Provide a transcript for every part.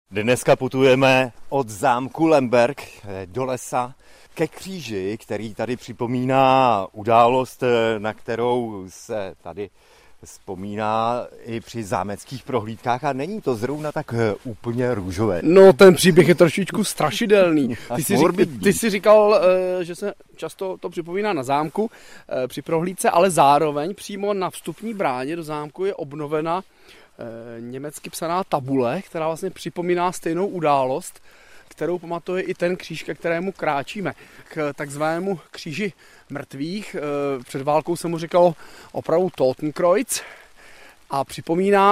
Dneska putujeme od zámku Lemberk do lesa ke kříži, který tady připomíná událost, na kterou se tady vzpomíná i při zámeckých prohlídkách a není to zrovna tak úplně růžové. No, ten příběh je trošičku strašidelný. Ty jsi říkal, že se často to připomíná na zámku při prohlídce, ale zároveň přímo na vstupní bráně do zámku je obnovena německy psaná tabule, která vlastně připomíná stejnou událost, kterou pamatuje i ten kříž, ke kterému kráčíme. K takzvanému kříži mrtvých. Před válkou se mu říkalo opravdu Totenkreuz a připomíná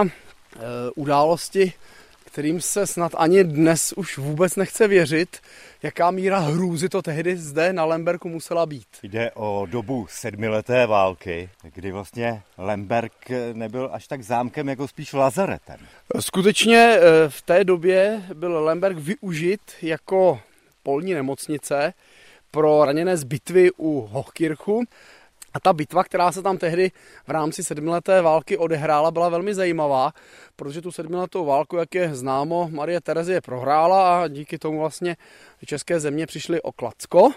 události, kterým se snad ani dnes už vůbec nechce věřit, jaká míra hrůzy to tehdy zde na Lemberku musela být. Jde o dobu sedmileté války, kdy vlastně Lemberk nebyl až tak zámkem, jako spíš lazaretem. Skutečně v té době byl Lemberk využit jako polní nemocnice pro raněné z bitvy u Hochkirchu. A ta bitva, která se tam tehdy v rámci sedmileté války odehrála, byla velmi zajímavá, protože tu sedmiletou válku, jak je známo, Marie Terezie prohrála a díky tomu vlastně české země přišly o Kladsko.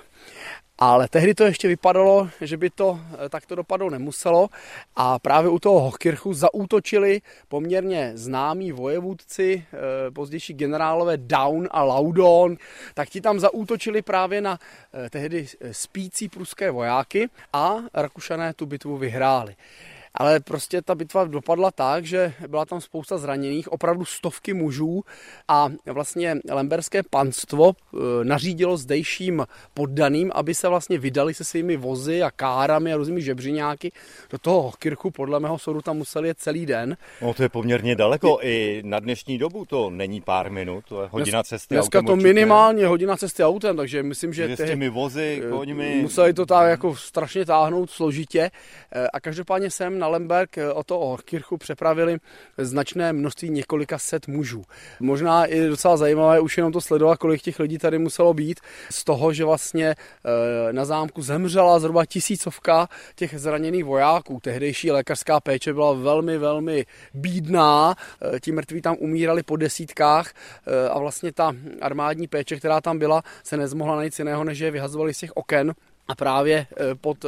Ale tehdy to ještě vypadalo, že by to takto dopadlo nemuselo a právě u toho Hochkirchu zaútočili poměrně známí vojevůdci, pozdější generálové Daun a Laudon, tak ti tam zaútočili právě na tehdy spící pruské vojáky a Rakušané tu bitvu vyhráli. Ale prostě ta bitva dopadla tak, že byla tam spousta zraněných, opravdu stovky mužů a vlastně lemberské panstvo nařídilo zdejším poddaným, aby se vlastně vydali se svými vozy a kárami a různými žebřiňáky do toho Hochkirchu. Podle mého soudu tam museli jet celý den. No to je poměrně daleko, i na dnešní dobu to není pár minut, to je hodina cesty dneska autem. Dneska to minimálně hodina cesty autem, takže myslím, že s těmi vozy, koňmi... museli to tak jako strašně táhnout složitě a každopádně sem na Lemberk od toho Hochkirchu přepravili značné množství několika set mužů. Možná i docela zajímavé už jenom to sledovat, kolik těch lidí tady muselo být, z toho, že vlastně na zámku zemřela zhruba 1000 těch zraněných vojáků. Tehdejší lékařská péče byla velmi, velmi bídná, ti mrtví tam umírali po desítkách a vlastně ta armádní péče, která tam byla, se nezmohla na nic jiného, než je vyhazovali z těch oken. A právě pod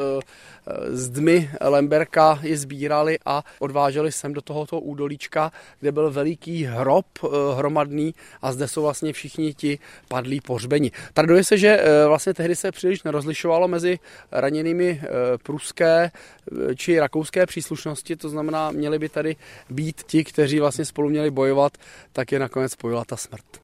zdmi Lemberka je sbírali a odváželi sem do tohoto údolíčka, kde byl veliký hrob hromadný a zde jsou vlastně všichni ti padlí pohřbeni. Traduje se, že vlastně tehdy se příliš nerozlišovalo mezi raněnými pruské či rakouské příslušnosti, to znamená, měli by tady být ti, kteří vlastně spolu měli bojovat, tak je nakonec spojila ta smrt.